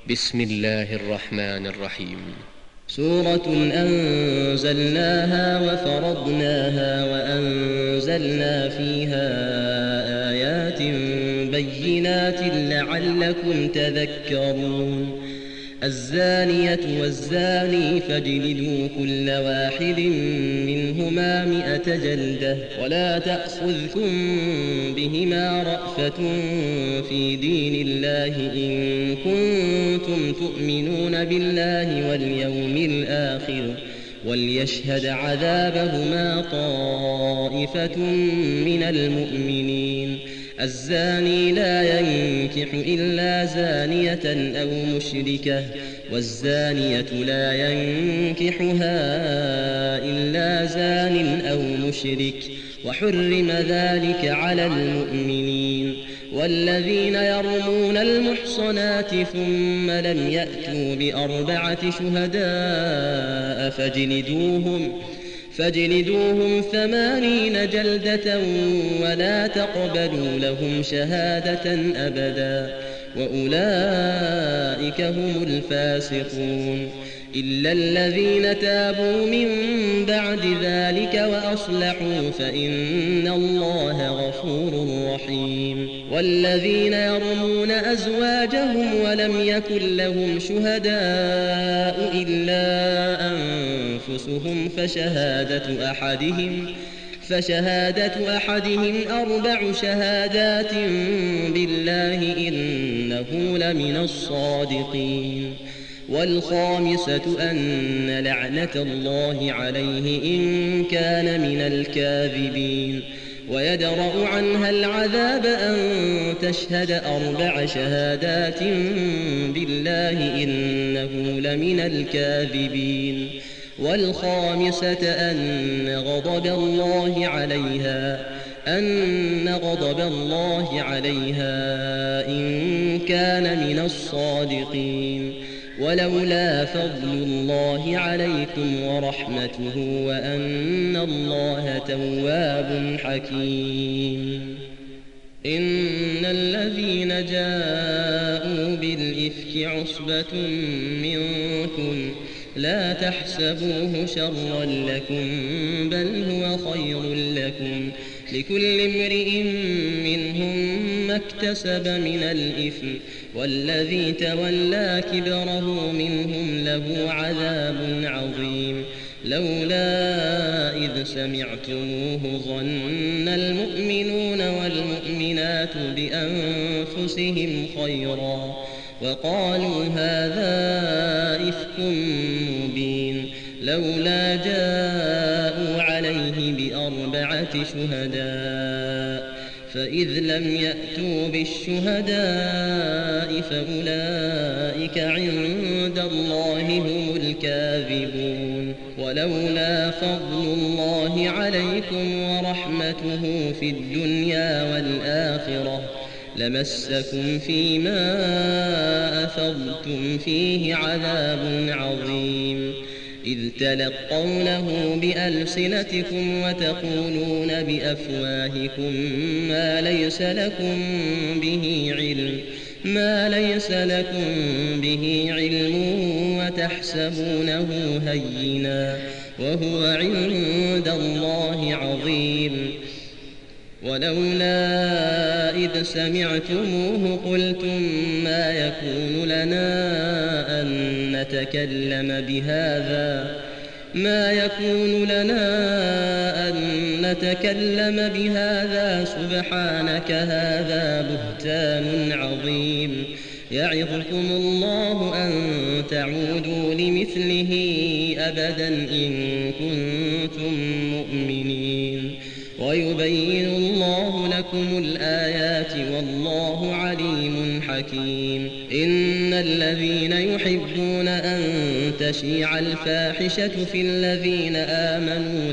بسم الله الرحمن الرحيم. سورة أنزلناها وفرضناها وأنزلنا فيها آيات بينات لعلكم تذكرون. الزانية والزاني فاجلدوا كل واحد منهما 100 جلدة ولا تأخذكم بهما رأفة في دين الله إن كنتم تؤمنون بالله واليوم الآخر وليشهد عذابهما طائفة من المؤمنين. الزاني لا ينكح إلا زانية أو مشركة والزانية لا ينكحها إلا زان أو مشرك وحرم ذلك على المؤمنين. والذين يرمون المحصنات ثم لم يأتوا ب4 شهداء فاجلدوهم 80 جلدة ولا تقبلوا لهم شهادة أبدا وأولئك هم الفاسقون. إلا الذين تابوا من بعد ذلك وأصلحوا فإن الله غفور رحيم. والذين يرمون أزواجهم ولم يكن لهم شهداء إلا أنفسهم فشهادة أحدهم 4 شهادات بالله إنه لمن الصادقين. والخامسة أن لعنة الله عليه إن كان من الكاذبين. ويدرأ عنها العذاب أن تشهد 4 شهادات بالله إنه لمن الكاذبين. والخامسة أن غضب الله عليها إن كان من الصادقين. ولولا فضل الله عليكم ورحمته وأن الله تواب حكيم. إن الذين جاءوا بالإفك عصبة منكم لا تحسبوه شرا لكم بل هو خير لكم لكل امرئ منهم ما اكتسب من الإثم والذي تولى كبره منهم له عذاب عظيم. لولا إذ سمعتموه ظن المؤمنون والمؤمنات بأنفسهم خيرا وقالوا هذا إفك مبين. لولا جاءوا عليه ب4 شهداء فإذ لم يأتوا بالشهداء فأولئك عند الله هم الكاذبون. ولولا فضل الله عليكم ورحمته في الدنيا والآخرة لمسكم فيما أفضتم فيه عذاب عظيم. إذ تلقونه بألسنتكم وتقولون بأفواهكم ما ليس لكم به علم وتحسبونه هينا وهو عند الله عظيم. ولولا إذ سمعتموه قلتم ما يكون لنا أن نتكلم بهذا سبحانك هذا بهتان عظيم. يعظكم الله أن تعودوا لمثله أبدا إن كنتم مؤمنين. ويبين الله لكم الآيات والله عليم حكيم. إن الذين يحبون أن تشيع الفاحشة في الذين آمنوا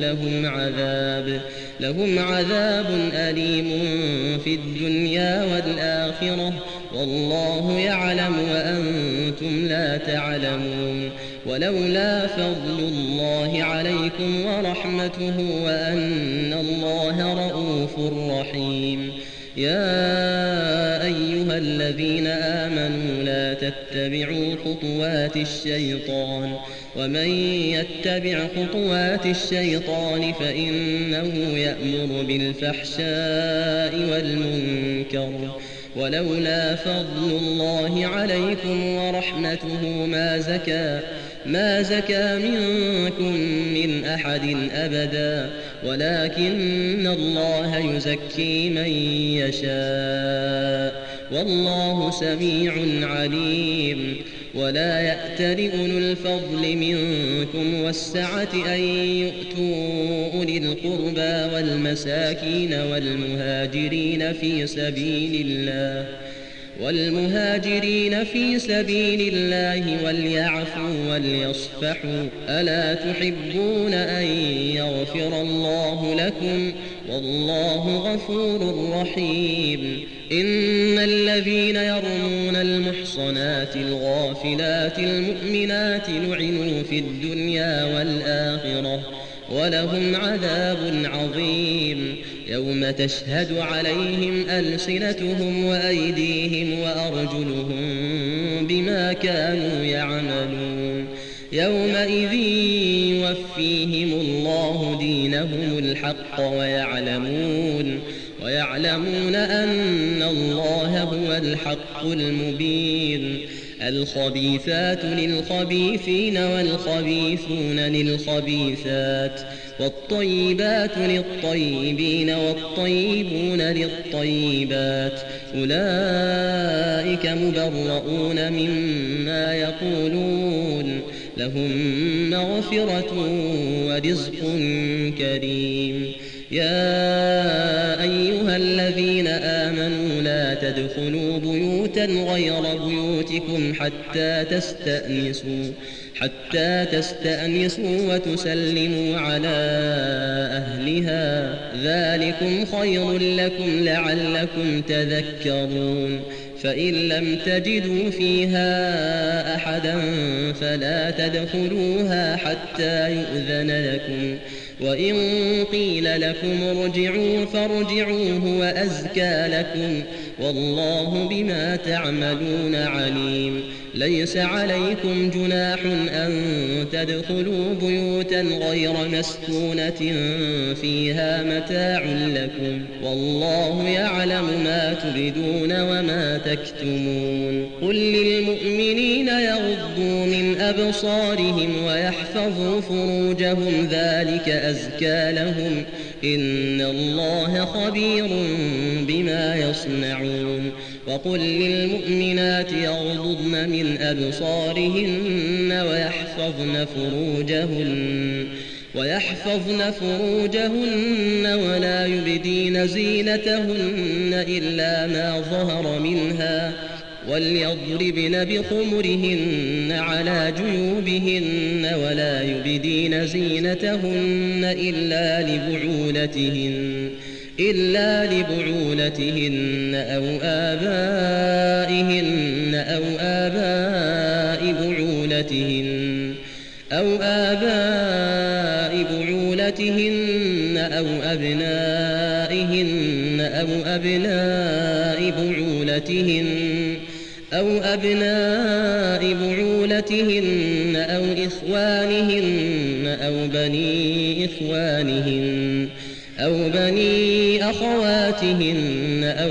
لهم عذاب أليم في الدنيا والآخرة والله يعلم وأنتم لا تعلمون. ولولا فضل الله عليكم ورحمته وأن الله رؤوف رحيم. يا أيها الذين آمنوا لا تتبعوا خطوات الشيطان ومن يتبع خطوات الشيطان فإنه يأمر بالفحشاء والمنكر ولولا فضل الله عليكم ورحمته ما زكى منكم من أحد أبدا ولكن الله يزكي من يشاء والله سميع عليم ولا يأتل أولو الفضل منكم والسعة أن يؤتوا أولي القربى والمساكين والمهاجرين في سبيل الله وليعفوا وليصفحوا ألا تحبون أن يغفر الله لكم والله غفور رحيم إن الذين يرمون المحصنات الغافلات المؤمنات لعنوا في الدنيا والآخرة ولهم عذاب عظيم يوم تشهد عليهم ألسنتهم وأيديهم وأرجلهم بما كانوا يعملون يومئذ يوفيهم الله دينهم الحق ويعلمون أن الله هو الحق المبين الخبيثات للخبيثين والخبيثون للخبيثات والطيبات للطيبين والطيبون للطيبات أولئك مبرؤون مما يقولون لهم مغفرة ورزق كريم يا أيها الذين آمنوا لا تدخلوا بيوتا غير بيوتكم حتى تستأنسوا وتسلموا على أهلها ذلكم خير لكم لعلكم تذكرون فإن لم تجدوا فيها أحدا فلا تدخلوها حتى يؤذن لكم وإن قيل لكم ارجعوا فارجعوا هو أزكى لكم والله بما تعملون عليم ليس عليكم جناح أن تدخلوا بيوتا غير مسكونة فيها متاع لكم والله يعلم ما تبدون وما تكتمون قل للمؤمنين يغضوا من أبصارهم ويحفظوا فروجهم ذلك أزكى لهم إن الله خبير بما يصنعون وقل للمؤمنات يغضضن من أبصارهن ويحفظن فروجهن ولا يبدين زينتهن إلا ما ظهر منها وليضربن بخمرهن على جيوبهن ولا يبدين زينتهن إلا لبعولتهن أو آبائهن أو آباء بعولتهن أو أبنائهن أو أبناء بعولتهن أو إخوانهن أو بني أخواتهن أو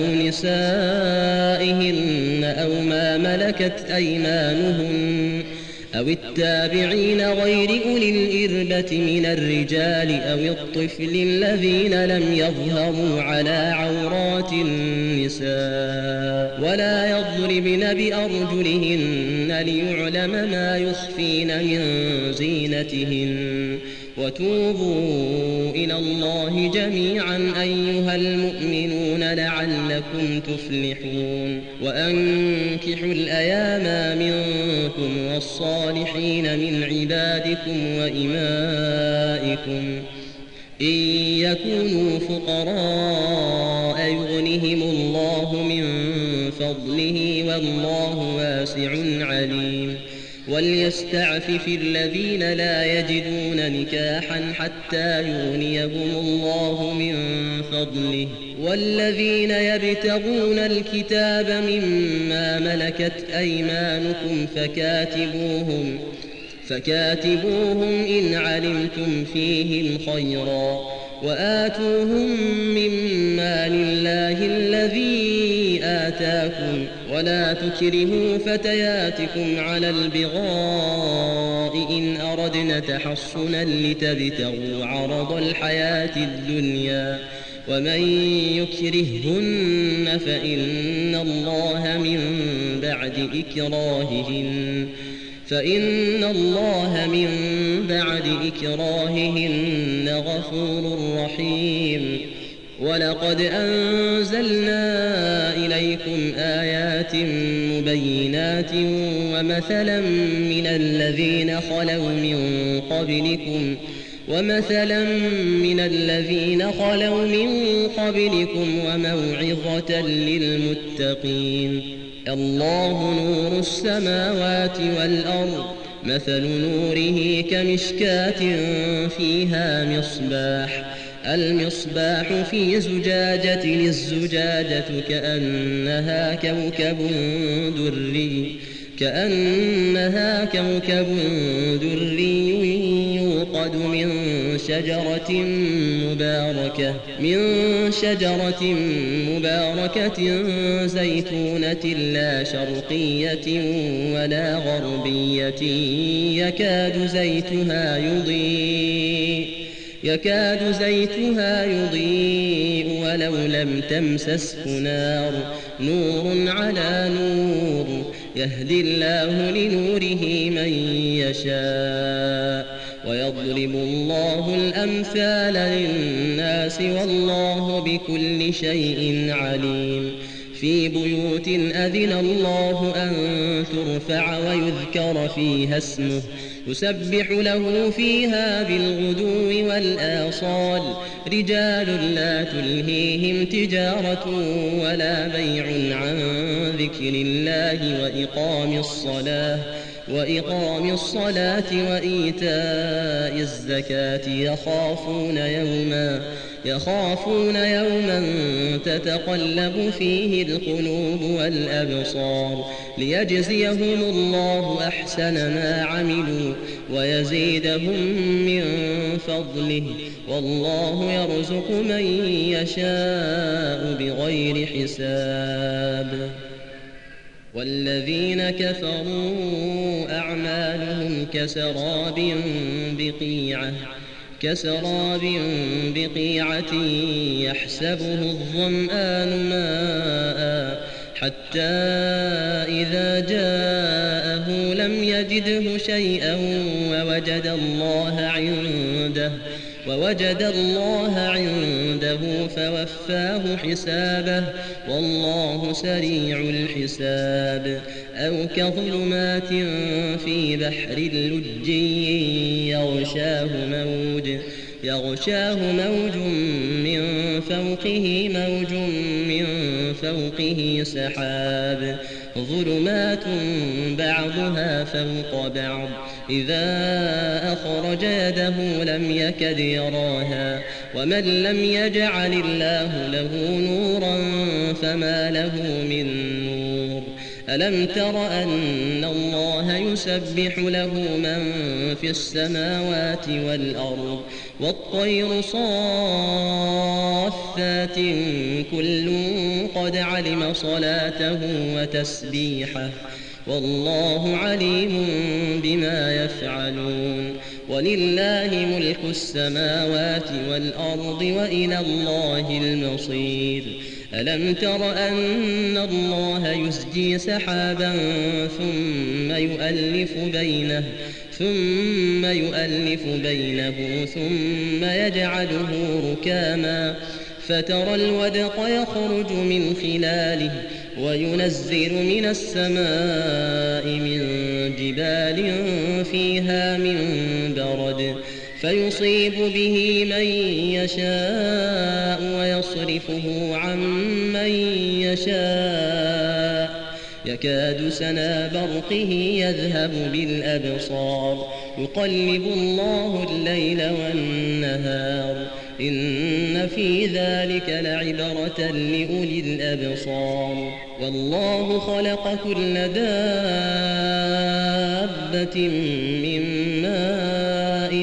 نسائهن أو ما ملكت أيمانهن أو التابعين غير أولي الإربة من الرجال أو الطفل الذين لم يظهروا على عورات النساء ولا يضربن بأرجلهن ليعلم ما يخفين من زينتهن وتوبوا إلى الله جميعا أيها المؤمنون لعلكم تفلحون وأنكحوا الأيام منكم والصالحين من عبادكم وإمائكم إن يكونوا فقراء يغنهم الله من فضله والله واسع عليم وليستعفف الذين لا يجدون نكاحا حتى يغنيهم الله من فضله والذين يبتغون الكتاب مما ملكت أيمانكم فكاتبوهم إن علمتم فيهم خيرا وآتوهم مما لله الذي آتاكم ولا تكرهوا فتياتكم على البغاء إن أردنا تحصنا لتبتغوا عرض الحياة الدنيا ومن يكرههن فإن الله من بعد إكراههن غفور رحيم ولقد أنزلنا إليكم آيات مبينات ومثلا من الذين خلوا من قبلكم وموعظة للمتقين الله نور السماوات والأرض مثل نوره كمشكاة فيها المصباح في زجاجة الزجاجة كأنها كوكب دري يوقد من شجرة مباركة زيتونة لا شرقية ولا غربية يكاد زيتها يضيء ولو لم تمسسه نور على نور يهدي الله لنوره من يشاء ويضرب الله الأمثال للناس والله بكل شيء عليم في بيوت أذن الله أن ترفع ويذكر فيها اسمه يسبح له فيها بالغدو والآصال رجال لا تلهيهم تجارة ولا بيع عن ذكر الله وإقام الصلاة وإيتاء الزكاة يخافون يوما تتقلب فيه القلوب والأبصار ليجزيهم الله أحسن ما عملوا ويزيدهم من فضله والله يرزق من يشاء بغير حساب والذين كفروا أعمالهم كسراب بقيعة يحسبه الظمآن ماء حتى إذا جاءه لم يجده شيئا ووجد الله عنده فوفاه حسابه والله سريع الحساب أو كظلمات في بحر لجي يغشاه موج من فوقه سحاب ظلمات بعضها فوق بعض إذا أخرج يده لم يكد يراها ومن لم يجعل الله له نورا فما له من نور ألم تر أن الله يسبح له من في السماوات والأرض والطير صافات كل قد علم صلاته وتسبيحه والله عليم بما يفعلون ولله ملك السماوات والأرض وإلى الله المصير ألم تر أن الله يزجي سحابا ثم يؤلف بينه ثم يجعله ركاما فترى الودق يخرج من خلاله وينزل من السماء من جبال فيها من برد فيصيب به من يشاء ويصرفه عن من يشاء يكاد سنا برقه يذهب بالأبصار يقلب الله الليل والنهار إن في ذلك لعبرة لأولي الأبصار والله خلق كل دابة من ماء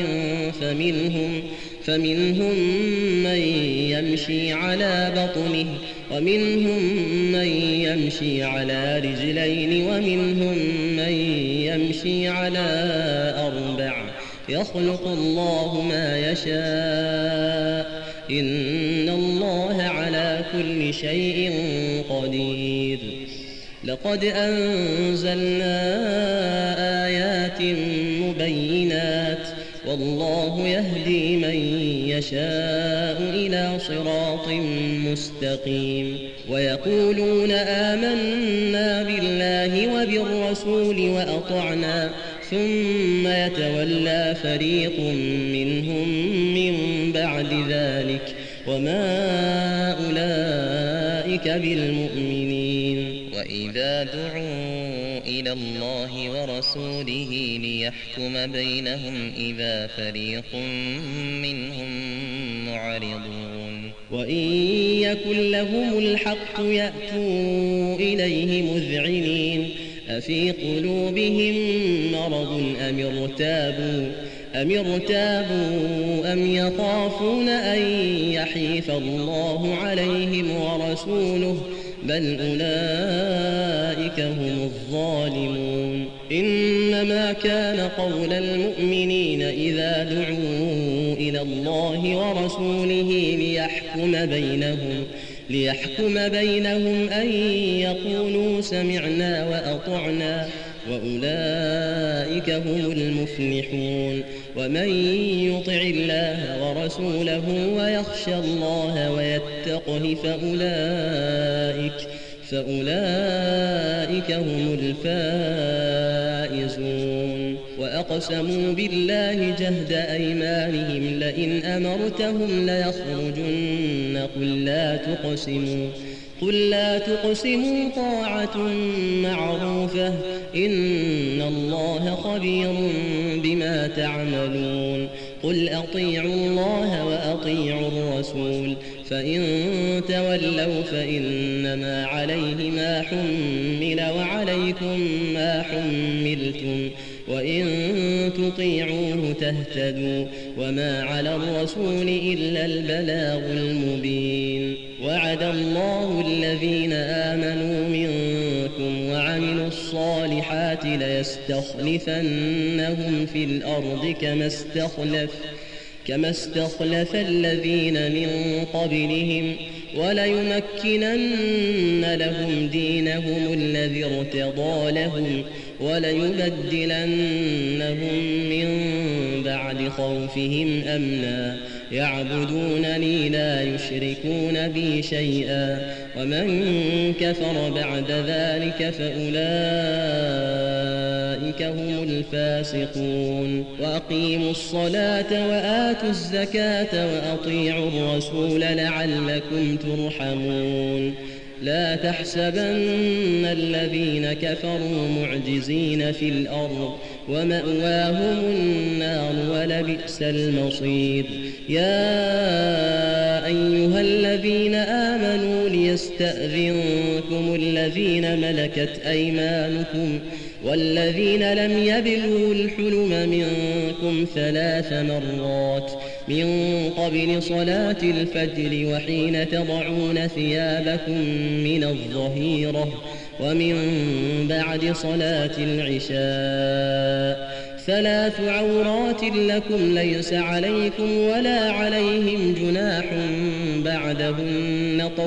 فمنهم من يمشي على بطنه ومنهم من يمشي على رجلين ومنهم من يمشي على أربع يخلق الله ما يشاء إن الله على كل شيء قدير لقد أنزلنا آيات مبينات والله يهدي من يشاء إلى صراط مستقيم ويقولون آمنا بالله وبالرسول وأطعنا ثم يتولى فريق منهم من بعد ذلك وما أولئك بالمؤمنين وإذا دعوا إلى الله ورسوله ليحكم بينهم إذا فريق منهم معرضون وإن يكن لهم الحق يأتوا إليه مذعنين أفي قلوبهم مرض أم ارتابوا أم يخافون أن يحيف الله عليهم ورسوله بل أولئك هم الظالمون إنما كان قول المؤمنين إذا دعوا إلى الله ورسوله ليحكم بينهم أن يقولوا سمعنا وأطعنا وأولئك هم المفلحون ومن يطع الله ورسوله ويخشى الله ويتقه فأولئك هم الفائزون وأقسموا بالله جهد أيمانهم لئن أمرتهم ليخرجن قل لا تقسموا طاعة معروفة إن الله خبير بما تعملون قل أطيعوا الله وأطيعوا الرسول فإن تولوا فإنما عليه ما حمل وعليكم ما حملتم وإن تطيعوه تهتدوا وما على الرسول إلا البلاغ المبين وعد الله الذين آمنوا منكم وعملوا الصالحات ليستخلفنهم في الأرض كما استخلف الذين من قبلهم وليمكنن لهم دينهم الذي ارتضى لهم وليبدلنهم من بعد خوفهم أمنا يعبدونني لا يشركون بي شيئا ومن كفر بعد ذلك فأولئك هم الفاسقون وأقيموا الصلاة وآتوا الزكاة وأطيعوا الرسول لعلكم ترحمون لا تحسبن الذين كفروا معجزين في الأرض ومأواهم النار ولبئس المصير يا أيها الذين آمنوا ليستأذنكم الذين ملكت أيمانكم والذين لم يبلغوا الحلم منكم 3 مرات من قبل صلاة الفجر وحين تضعون ثيابكم من الظهيرة ومن بعد صلاة العشاء 3 عورات لكم ليس عليكم ولا عليهم جناح بعدهن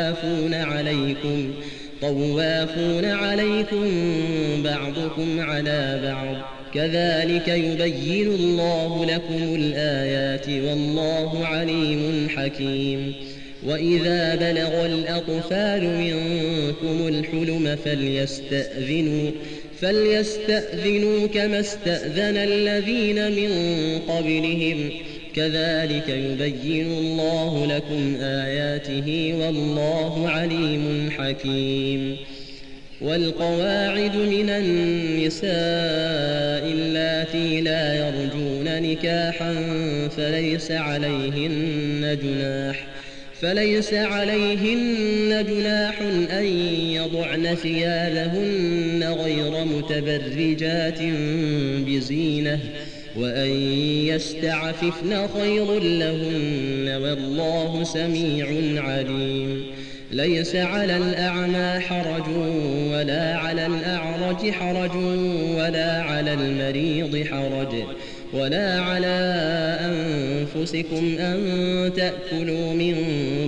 طوافون عليكم بعضكم على بعض كذلك يبين الله لكم الآيات والله عليم حكيم وإذا بلغ الأطفال منكم الحلم فليستأذنوا كما استأذن الذين من قبلهم كذلك يبين الله لكم آياته والله عليم حكيم والقواعد من النساء اللاتي لا يرجون نكاحا فليس عليهن جناح أن يضعن ثيابهن غير متبرجات بزينة وأن يستعففن خير لهن والله سميع عليم. ليس على الأعمى حرج ولا على الأعرج حرج ولا على المريض حرج ولا على أنفسكم أن تأكلوا من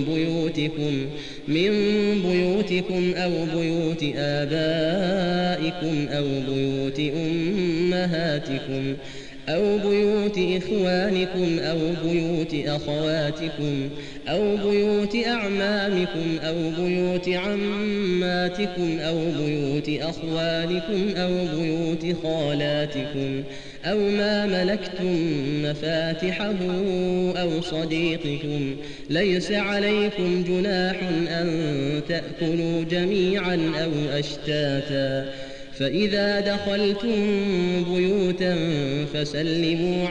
بيوتكم أو بيوت آبائكم أو بيوت أمهاتكم أو بيوت إخوانكم أو بيوت أخواتكم أو بيوت أعمامكم أو بيوت عماتكم أو بيوت أخوالكم أو بيوت خالاتكم أو ما ملكتم مفاتحه أو صديقكم. ليس عليكم جناح أن تأكلوا جميعا أو أشتاتا. فإذا دخلتم بيوتا فسلموا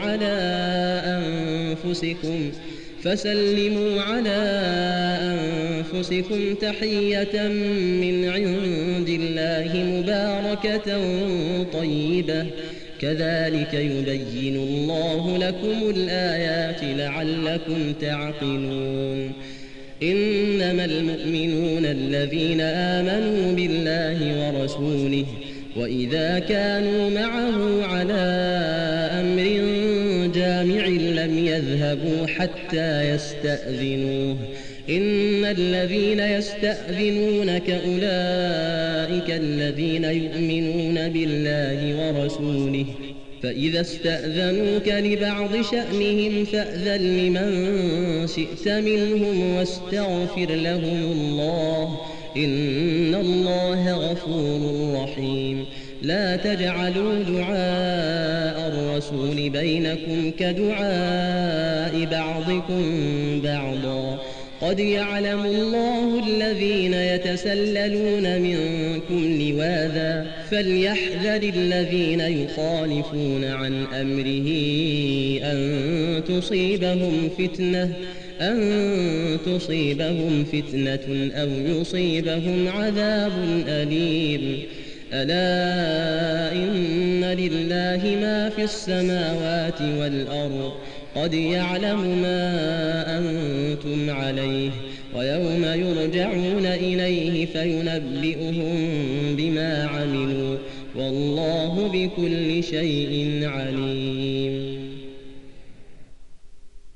على أنفسكم تحية من عند الله مباركة طيبة كذلك يبين الله لكم الآيات لعلكم تعقلون. إنما المؤمنون الذين آمنوا بالله ورسوله وإذا كانوا معه على أمر جامع لم يذهبوا حتى يستأذنوه. إن الذين يستأذنونك أولئك الذين يؤمنون بالله ورسوله فإذا استأذنوك لبعض شأنهم فأذن لمن شئت منهم واستغفر لهم الله إن الله غفور رحيم. لا تجعلوا دعاء الرسول بينكم كدعاء بعضكم بعضا قد يعلم الله الذين يتسللون منكم لواذا فليحذر الذين يخالفون عن أمره أن تصيبهم فتنة أو يصيبهم عذاب أليم. ألا إن لله ما في السماوات والأرض قد يعلم ما أنتم عليه ويوم يرجعون إليه فينبئهم بما عملوا والله بكل شيء عليم.